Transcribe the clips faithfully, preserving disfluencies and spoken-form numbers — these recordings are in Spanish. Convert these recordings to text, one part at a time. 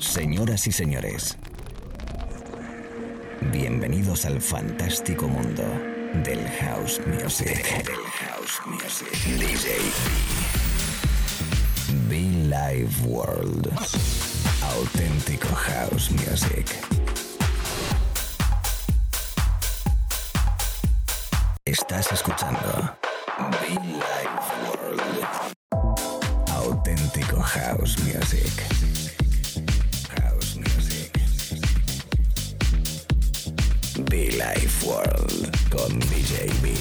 Señoras y señores, bienvenidos al fantástico mundo del house music. Del house music. D J B. Be-Live World. Auténtico house music. Estás escuchando Be-Live World. Auténtico house music. House music. Be-Live World con D J B.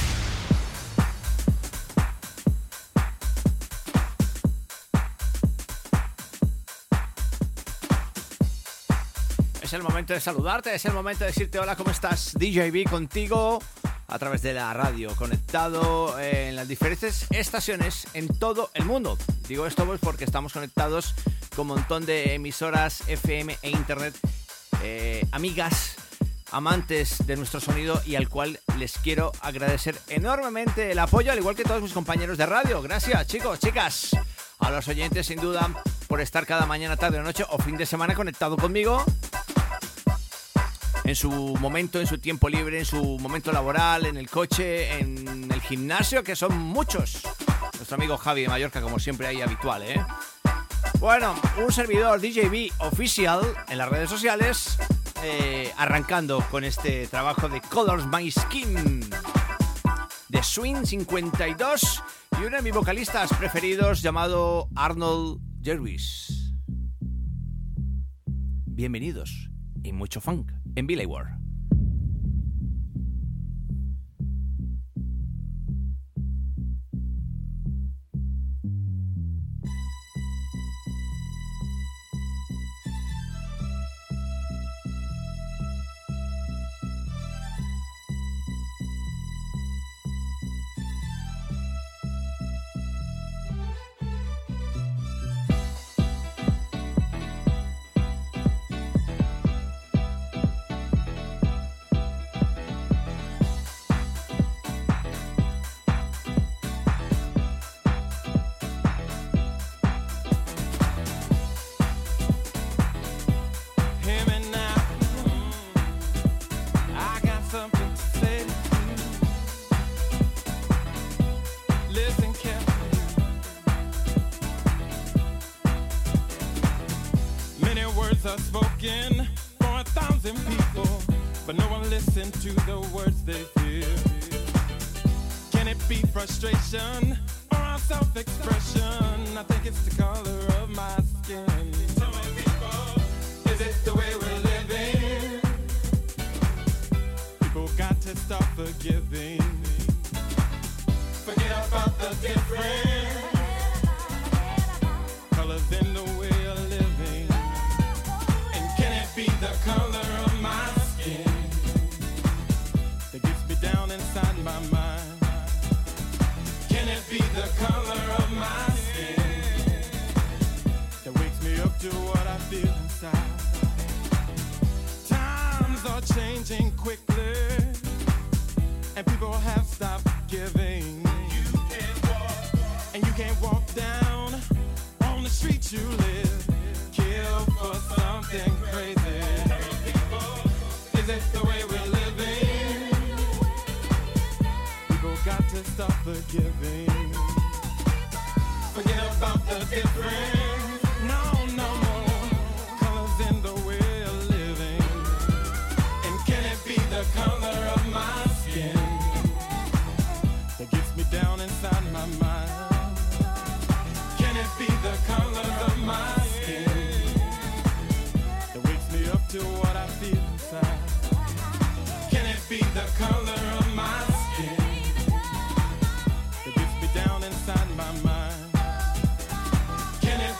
Es el momento de saludarte, es el momento de decirte hola, ¿cómo estás? D J B contigo a través de la radio, conectado en las diferentes estaciones en todo el mundo. Digo esto pues porque estamos conectados con un montón de emisoras F M e internet, eh, amigas, amantes de nuestro sonido, y al cual les quiero agradecer enormemente el apoyo, al igual que todos mis compañeros de radio. Gracias, chicos, chicas. A los oyentes, sin duda, por estar cada mañana, tarde o noche o fin de semana conectado conmigo. En su momento, en su tiempo libre, en su momento laboral, en el coche, en el gimnasio, que son muchos. Nuestro amigo Javi de Mallorca, como siempre, ahí habitual, ¿eh? Bueno, un servidor D J B oficial en las redes sociales, eh, arrancando con este trabajo de Colors My Skin de Swing cincuenta y dos y uno de mis vocalistas preferidos llamado Arnold Jervis. Bienvenidos y mucho funk en Be-Live World. Spoken for a thousand people, but no one listened to the words they fear. Can it be frustration or our self-expression? I think it's the color of my skin. Tell me, people, is it the way we're living? People got to stop forgiving. Forget about the difference. Colors in the way of living. Be the color of my skin that gets me down inside my mind. Can it be the color of my skin that wakes me up to what I feel inside? Times are changing quickly, and people have stopped giving. You can't walk, and you can't walk down on the street you live. Kill for something crazy. Is it the way we're living? People got to stop forgiving. Forget about the difference. No, no more colors in the way of living. And can it be the color of my skin that gets me down inside my mind? Can it be the color of my skin to what I feel inside? Can it be the color of my skin that gets me down inside my mind? Can it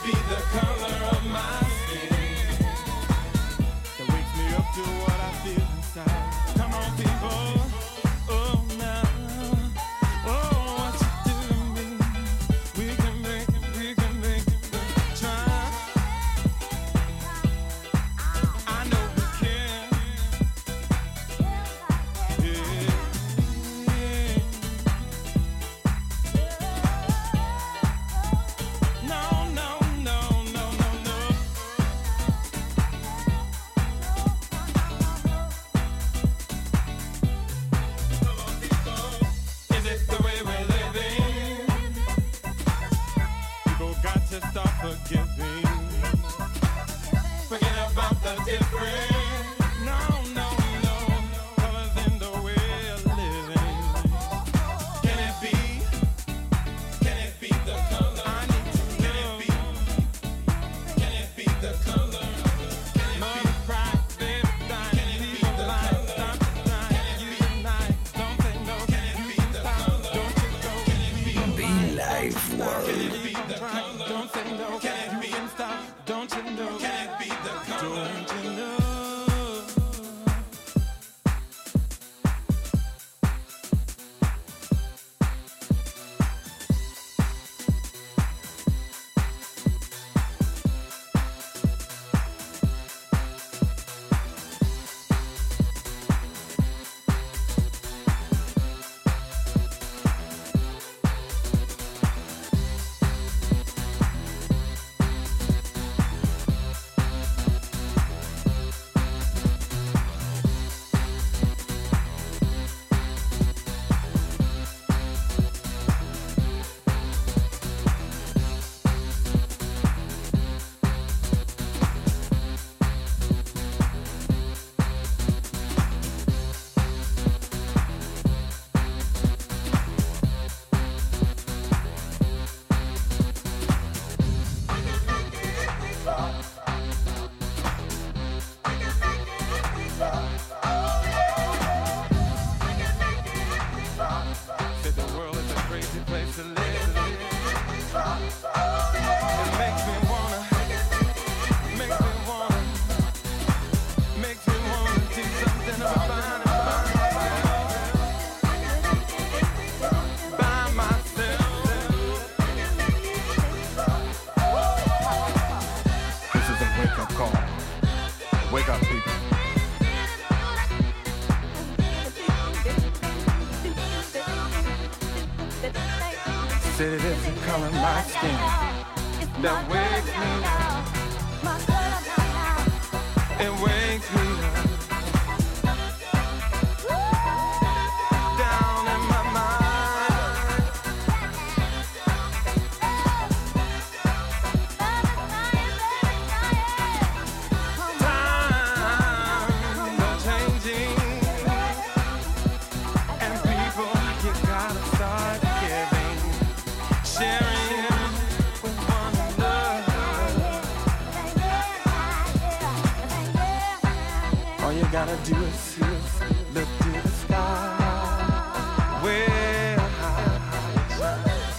Said it is the color of my skin that wakes me up. It wakes me up. Down in my mind. Time, no changing. And people, you gotta start giving. Sharing with one another. All you gotta do is see us, look to the sky. Where high it shines.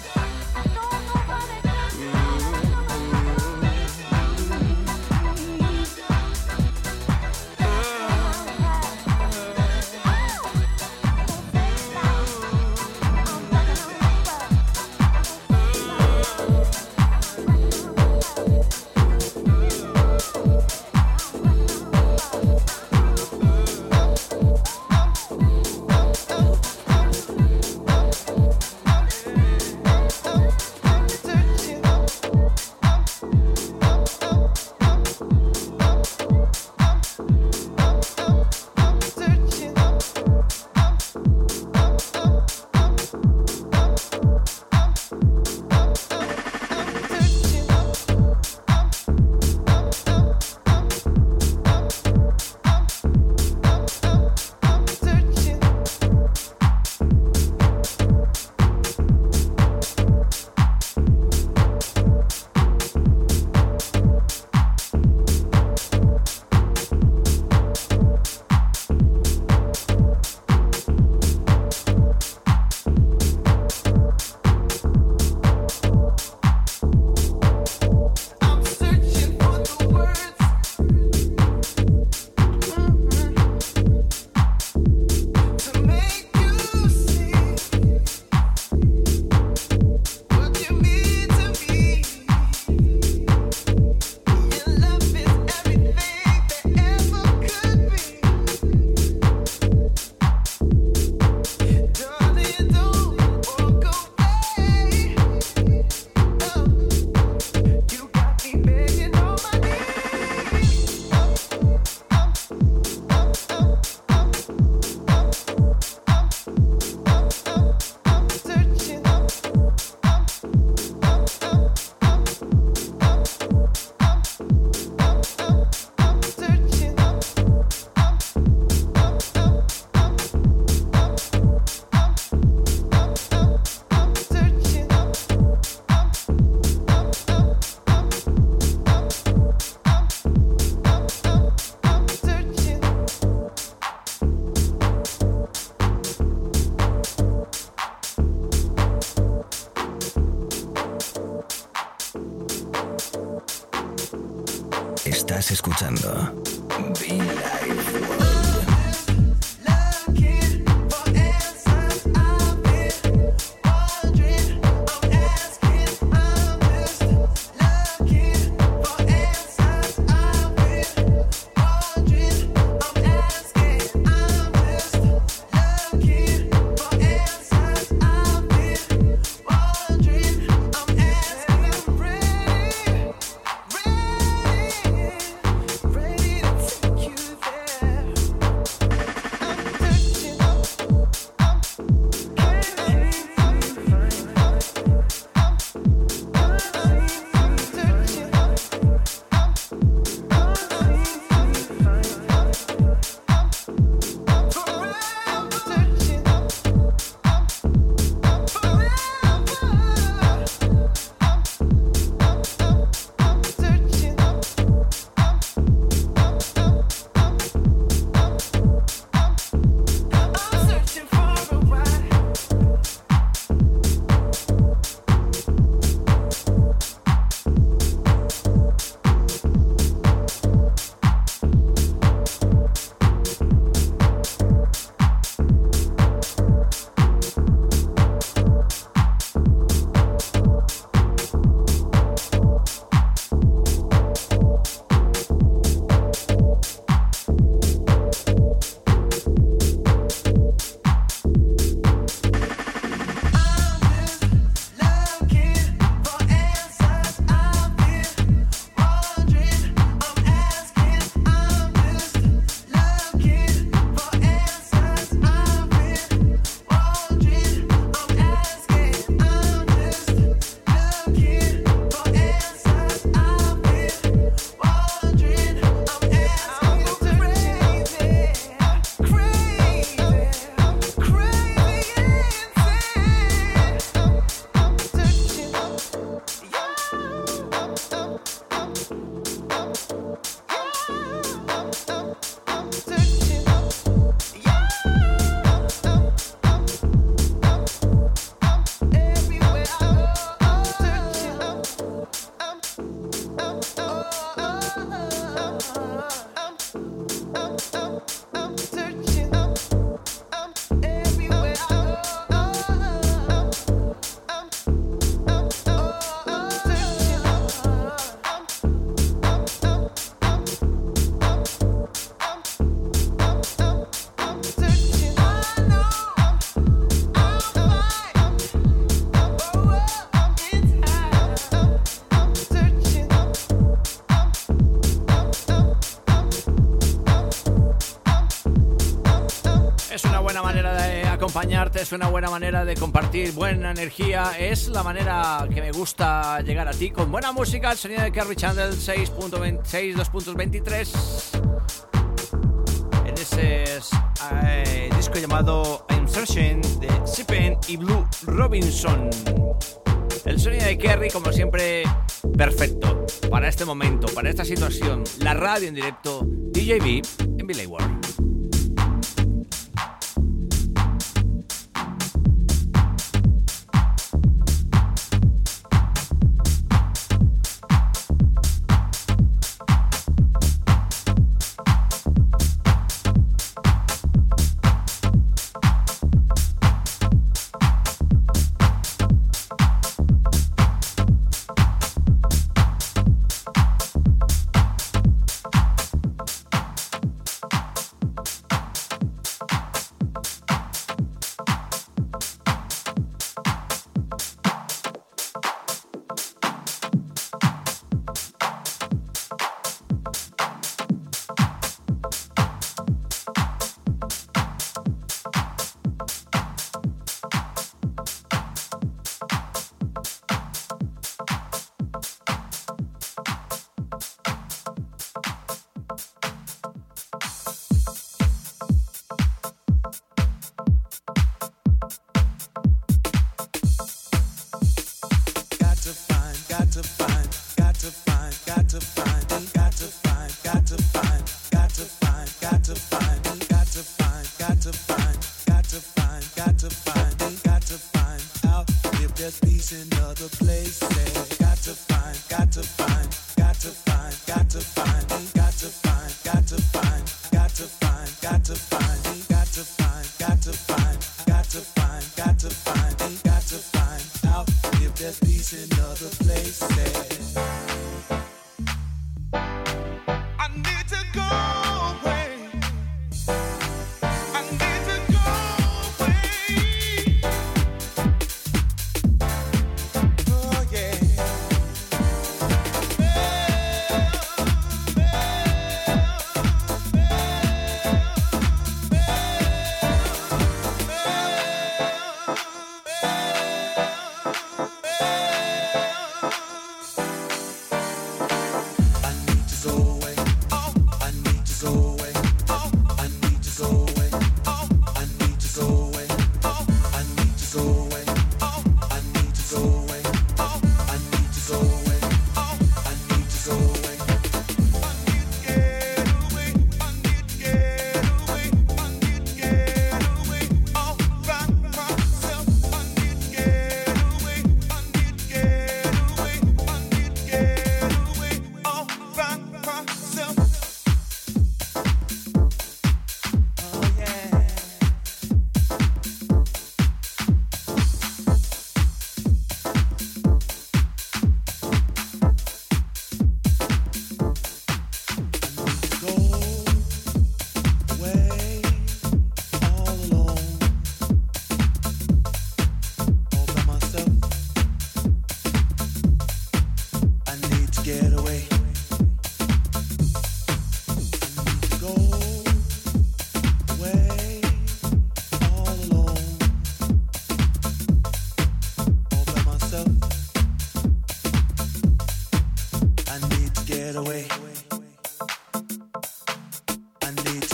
Estás escuchando Be Live World. Es una buena manera de compartir buena energía. Es la manera que me gusta llegar a ti con buena música. El sonido de Kerry Chandler seis punto veintiséis, dos punto veintitrés en ese eh, disco llamado I'm Searching de Sipen y Blue Robinson. El sonido de Kerry, como siempre, perfecto para este momento, para esta situación. La radio en directo, D J B en Be Live World.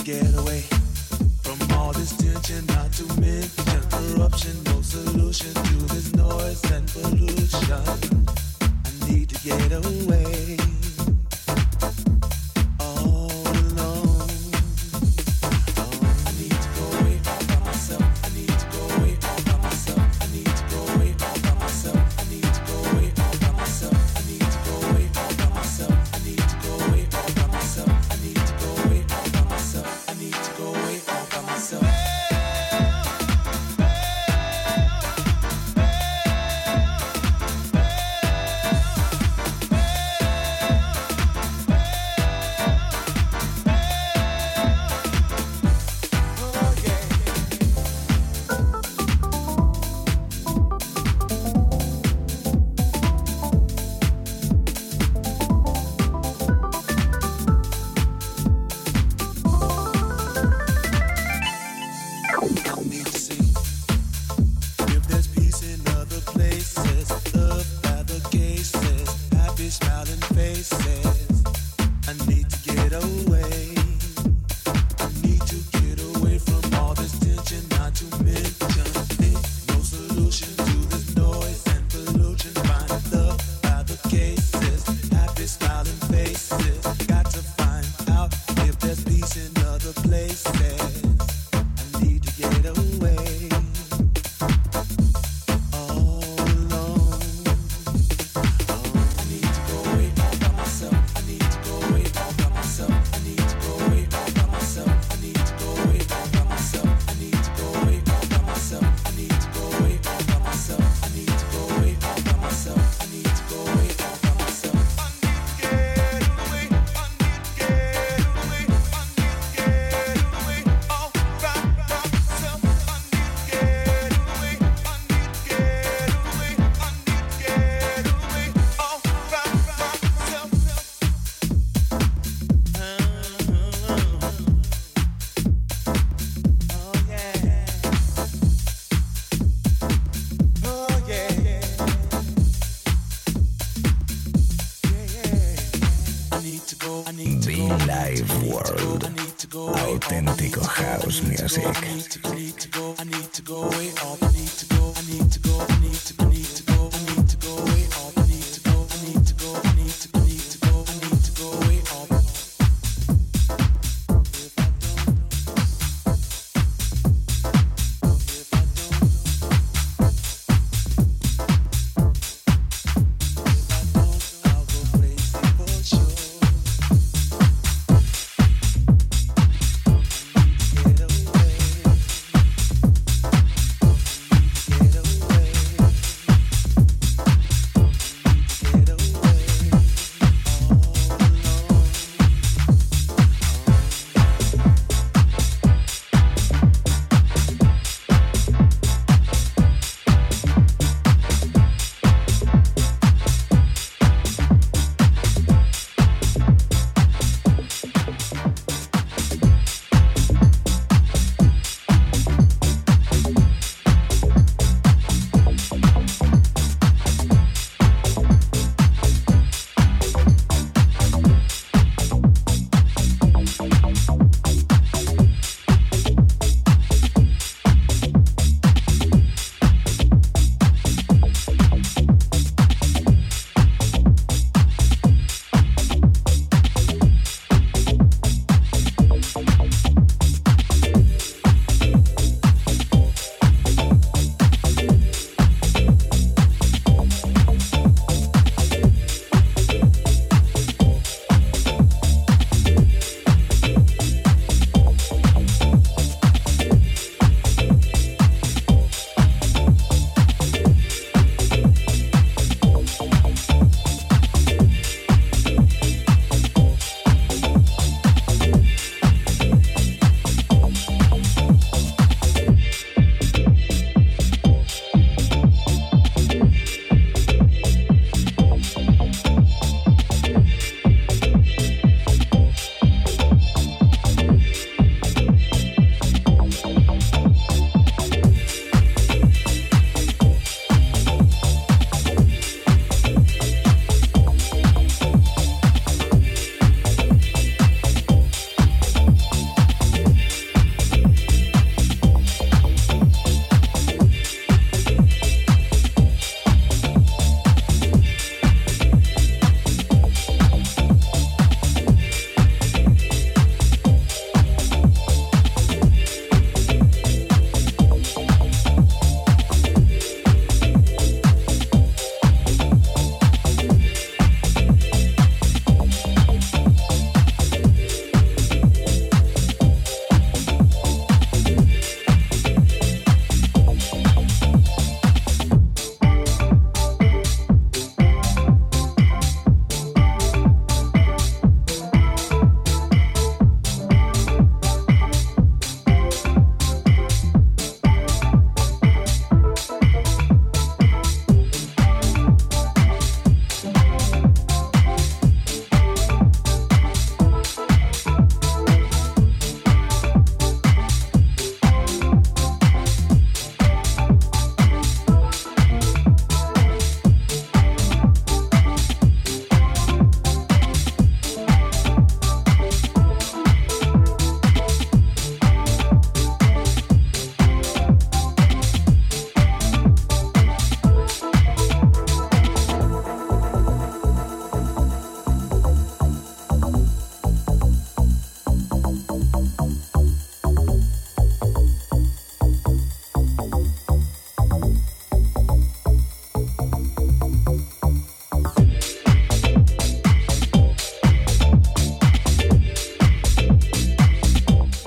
get away from all this tension, not to mention corruption, no solution to this noise and pollution. I need to get away. All alone. Oh, I need to go away all by myself. I need to go away all by myself. I need to go away all by myself. I need to go away all by myself. I need to go away all by myself. I need to go away all by myself. I need to go away all by myself. I need to go away all by myself. Auténtico house music.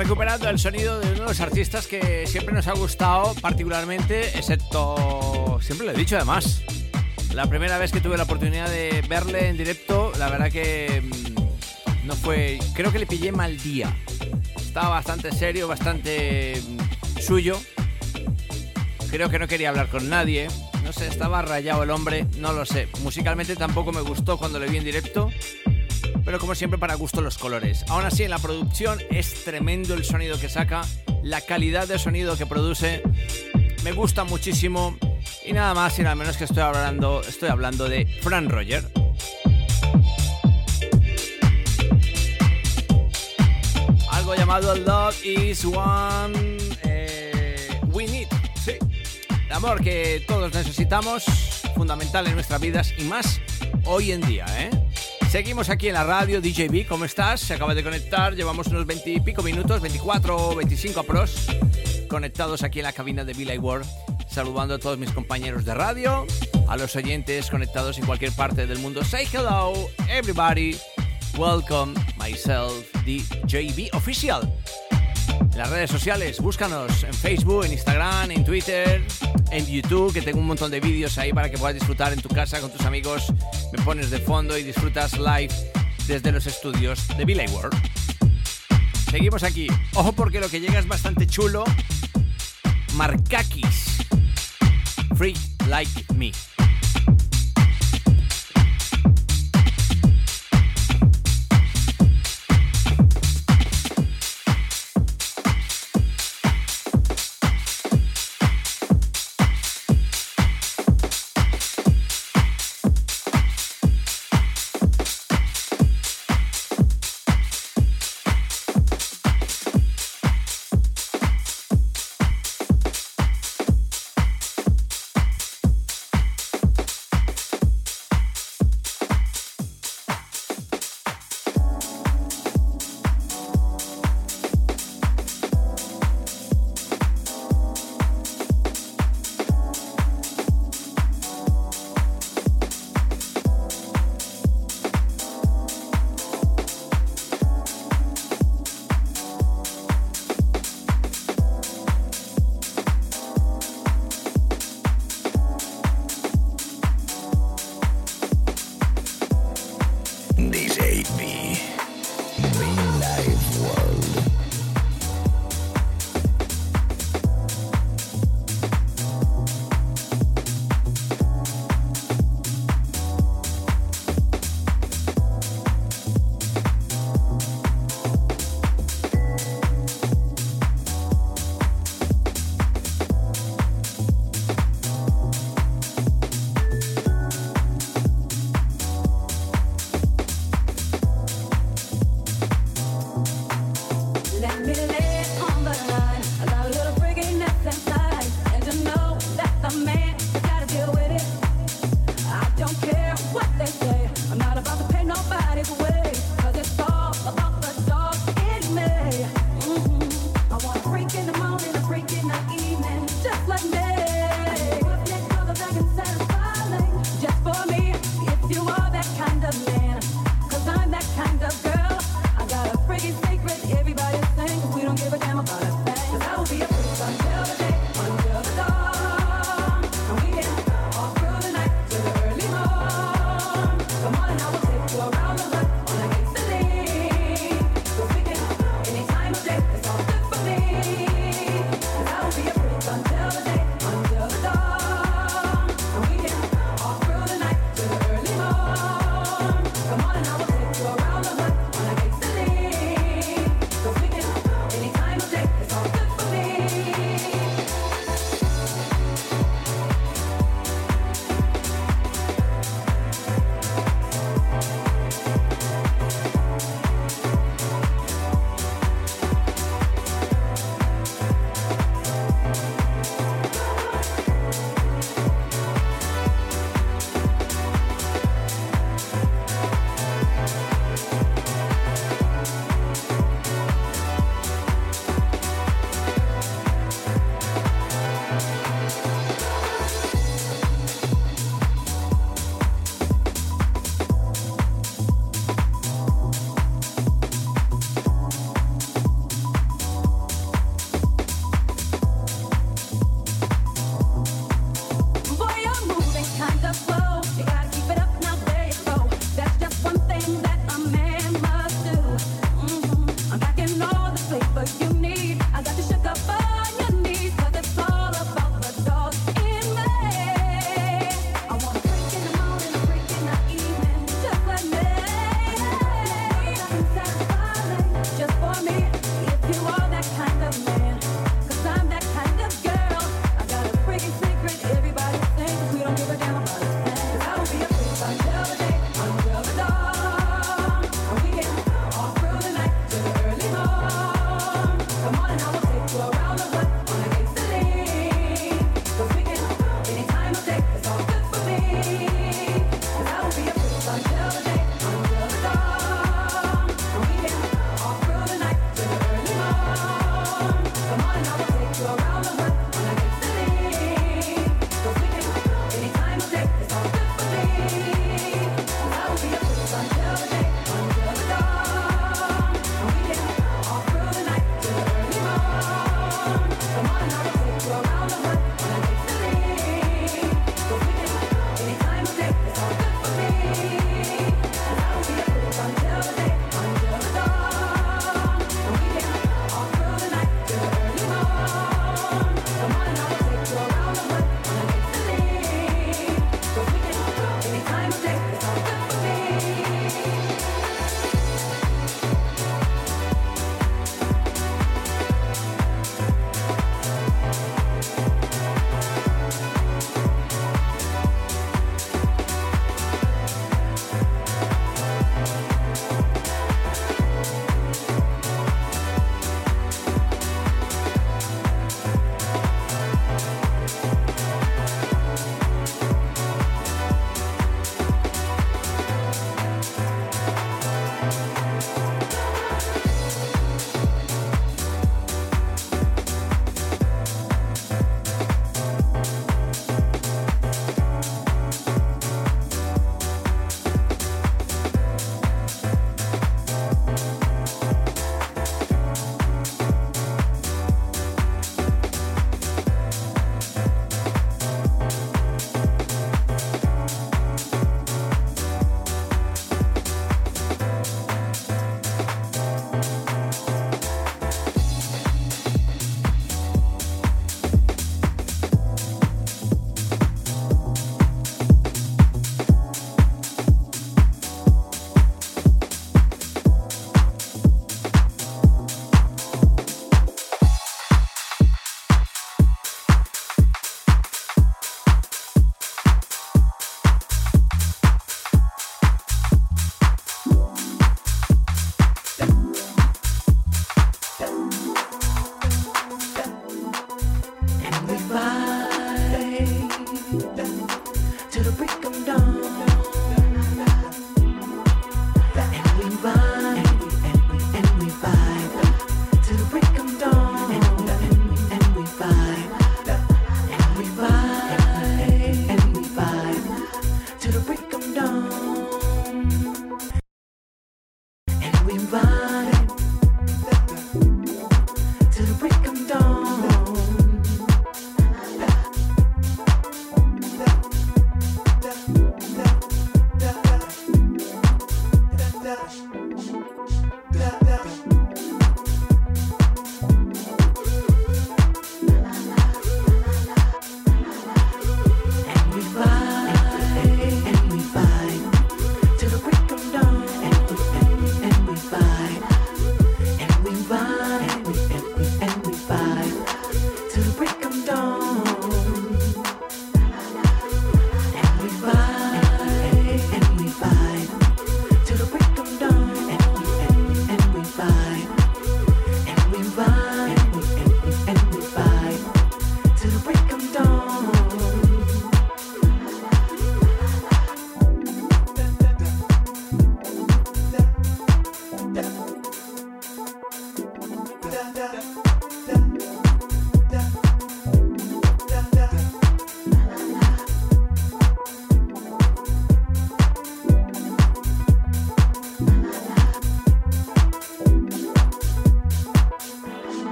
recuperando el sonido de uno de los artistas que siempre nos ha gustado particularmente, excepto, siempre lo he dicho además, la primera vez que tuve la oportunidad de verle en directo, la verdad que mmm, no fue, creo que le pillé mal día. Estaba bastante serio, bastante mmm, suyo. Creo que no quería hablar con nadie. No sé, estaba rayado el hombre, no lo sé. Musicalmente tampoco me gustó cuando le vi en directo. Pero como siempre, para gusto los colores. Aún así, en la producción es tremendo el sonido que saca, la calidad de sonido que produce. Me gusta muchísimo. Y nada más y nada menos que estoy hablando, estoy hablando de Fran Roger. Algo llamado Love is One eh, We Need. Sí. El amor que todos necesitamos, fundamental en nuestras vidas y más hoy en día, ¿eh? Seguimos aquí en la radio. D J B, ¿cómo estás? Se acaba de conectar, llevamos unos veinte y pico minutos, veinticuatro o veinticinco apros, conectados aquí en la cabina de Billy Ward, saludando a todos mis compañeros de radio, a los oyentes conectados en cualquier parte del mundo. Say hello, everybody. Welcome, myself, D J B Official. En las redes sociales, búscanos en Facebook, en Instagram, en Twitter, en YouTube, que tengo un montón de vídeos ahí para que puedas disfrutar en tu casa con tus amigos. Me pones de fondo y disfrutas live desde los estudios de Billy World. Seguimos aquí. Ojo porque lo que llega es bastante chulo. Markakis, Freak Like Me.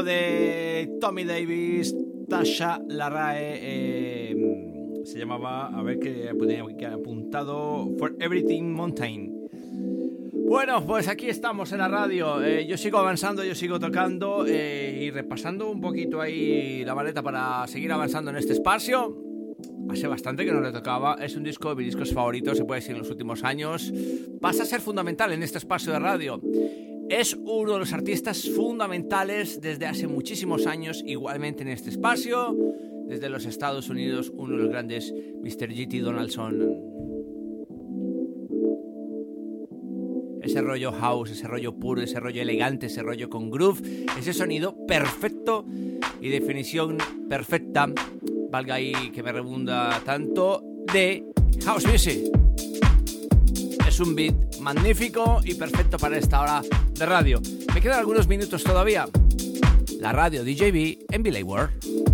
de Tommy Davis, Tasha Larrae, eh, se llamaba, a ver que tenía apuntado, For Everything Mountain. Bueno, pues aquí estamos en la radio. Eh, yo sigo avanzando, yo sigo tocando eh, y repasando un poquito ahí la maleta para seguir avanzando en este espacio. Hace bastante que no le tocaba. Es un disco de mis discos favoritos, se puede decir, en los últimos años. Pasa a ser fundamental en este espacio de radio. Es uno de los artistas fundamentales desde hace muchísimos años, igualmente en este espacio. Desde los Estados Unidos, uno de los grandes, mister G T Donaldson. Ese rollo house, ese rollo puro, ese rollo elegante, ese rollo con groove, ese sonido perfecto y definición perfecta, valga ahí que me redunda tanto, de house music. Es un beat magnífico y perfecto para esta hora de radio. Me quedan algunos minutos todavía. La radio D J B en Billy World.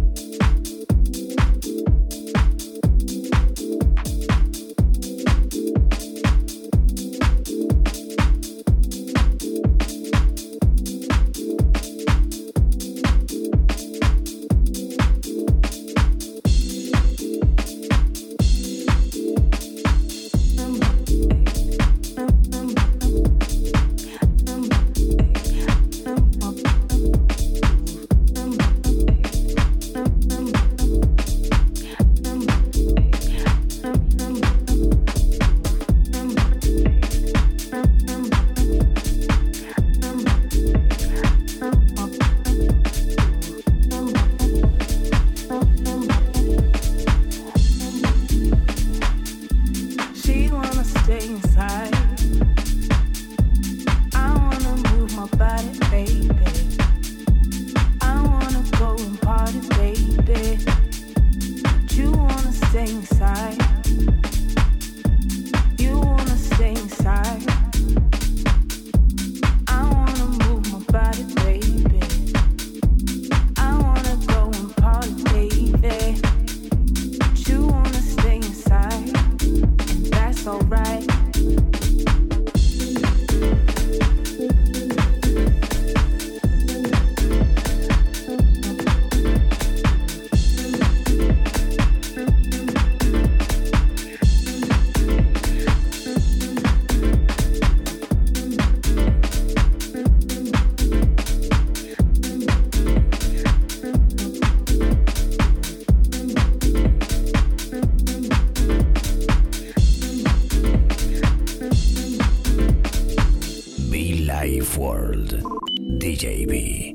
D J B.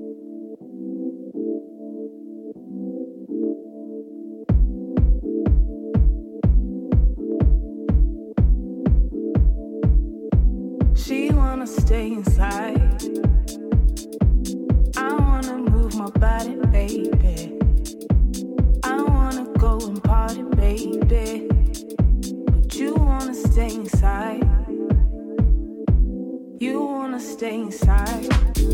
She wanna stay inside. I wanna move my body, baby. I wanna go and party, baby. But you wanna stay inside. You wanna stay inside.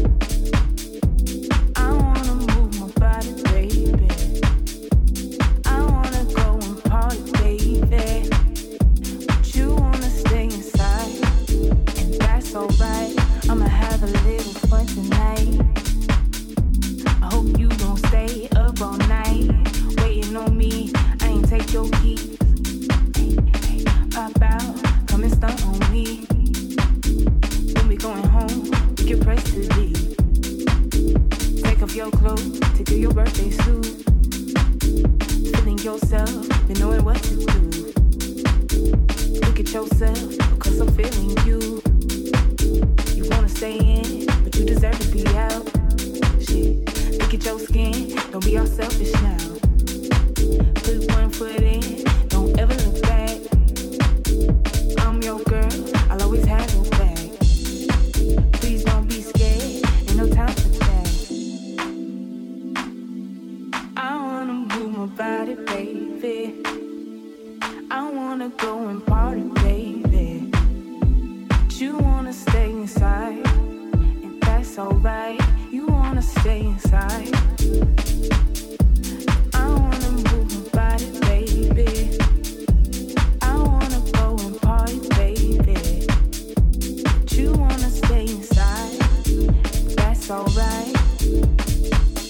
I wanna move my body, baby. I wanna go and party, baby. But you wanna stay inside. And that's alright. I'ma have a little fun tonight. I hope you don't stay up all night waiting on me. I ain't take your keys. Hey, hey, pop out, come and stunt on me. When we going home, we can press the leave. Take off your clothes to do your birthday suit. Feeling yourself, and knowing what to do. Look at yourself, because I'm feeling you. You wanna stay in, but you deserve to be out. Shit, look at your skin, don't be all selfish now. Put one foot in, don't ever look back. I'm your girl, I'll always have your back. Please don't be scared, ain't no time for that. I wanna move my body, baby. I wanna go and party, baby. But you wanna stay inside, and that's alright. You wanna stay inside. I wanna move my body, baby. I wanna go and party, baby. But you wanna stay inside, that's alright.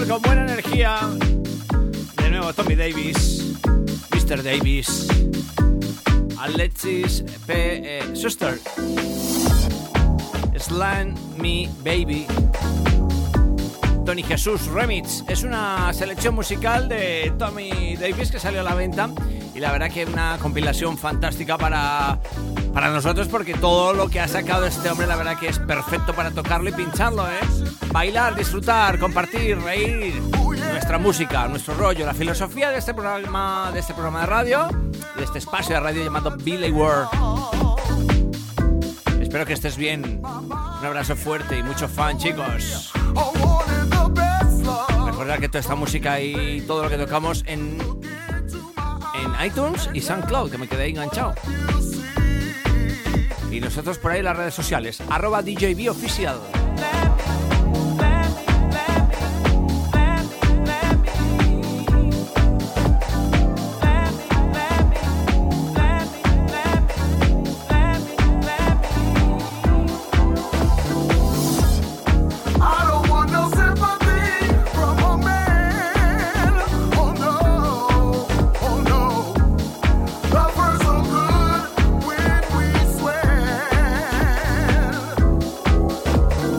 empezar con buena energía. De nuevo Tommy Davis, mister Davis, Alexis P. Eh, Suster, Slam Me Baby, Tony Jesús Remix. Es una selección musical de Tommy Davis que salió a la venta y la verdad que es una compilación fantástica para, para nosotros, porque todo lo que ha sacado este hombre la verdad que es perfecto para tocarlo y pincharlo, ¿eh? Bailar, disfrutar, compartir, reír. Nuestra música, nuestro rollo, la filosofía de este programa, de este programa de radio, de este espacio de radio llamado Billy World. Espero que estés bien. Un abrazo fuerte y mucho fan, chicos. Recuerda que toda esta música y todo lo que tocamos en, en iTunes y SoundCloud, que me quedé enganchado. Y nosotros por ahí en las redes sociales, arroba D J B Oficial. When we swear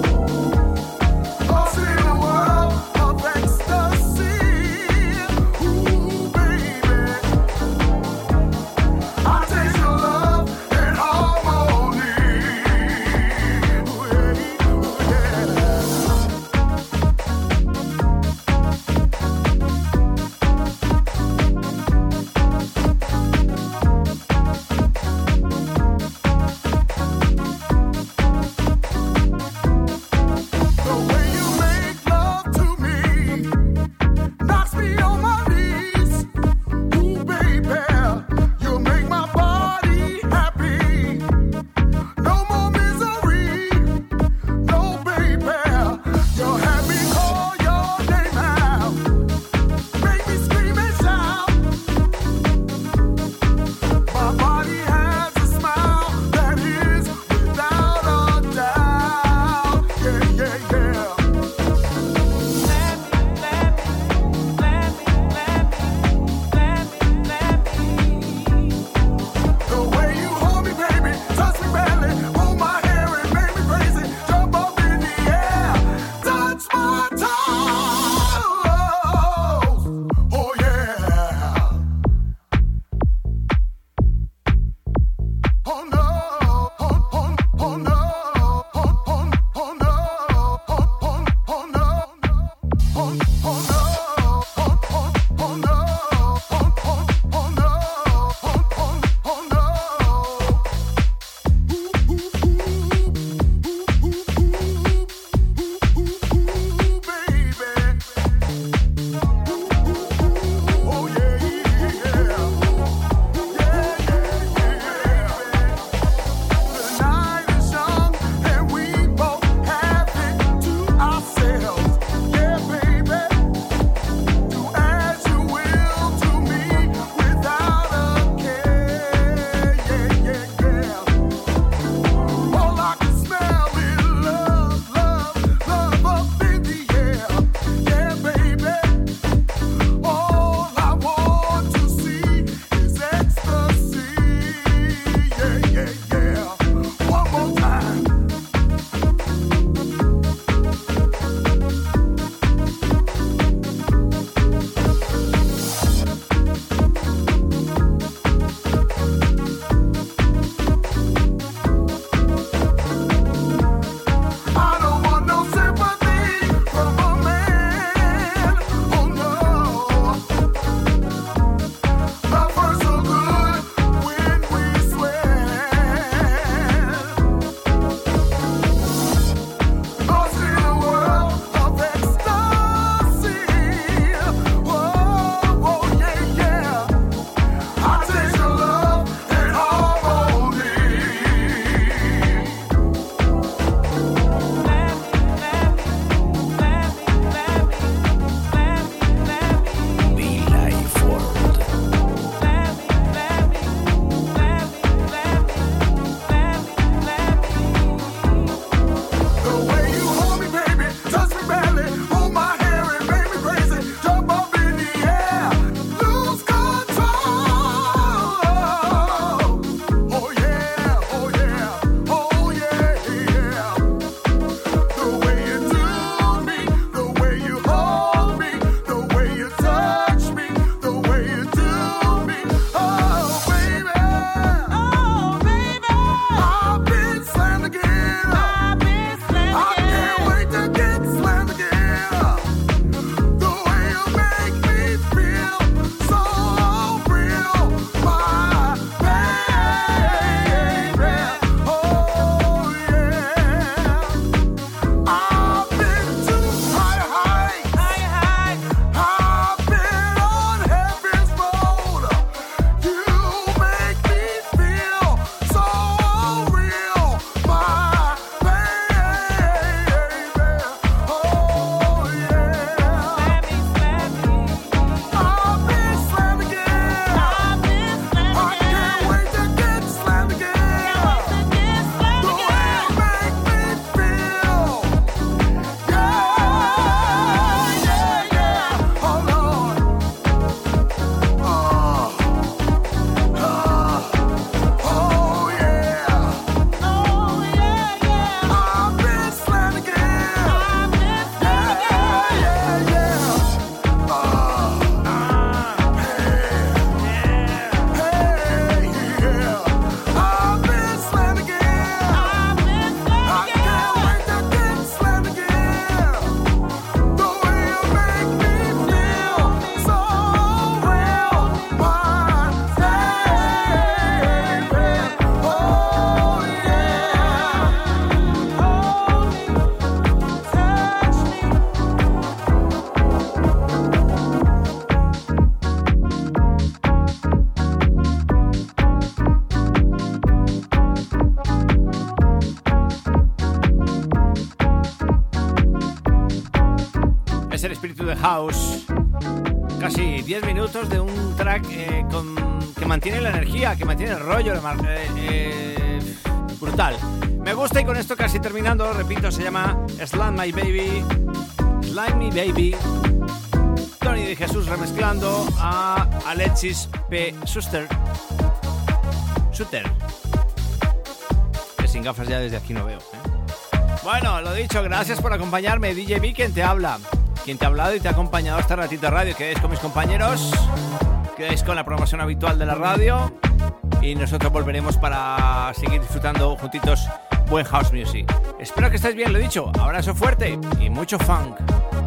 es el espíritu de House. Casi diez minutos de un track eh, con, que mantiene la energía, que mantiene el rollo, eh, eh, brutal. Me gusta y con esto casi terminando, repito, se llama Slime My Baby, Slime Me Baby. Tony de Jesús remezclando a Alexis P. Suster. Suter. Que sin gafas ya desde aquí no veo, ¿eh? Bueno, lo dicho, gracias por acompañarme. D J B, quien te habla. Quien te ha hablado y te ha acompañado este ratito de radio. Quedáis con mis compañeros, quedáis con la programación habitual de la radio y nosotros volveremos para seguir disfrutando juntitos buen house music. Espero que estéis bien, lo dicho. Abrazo fuerte y mucho funk.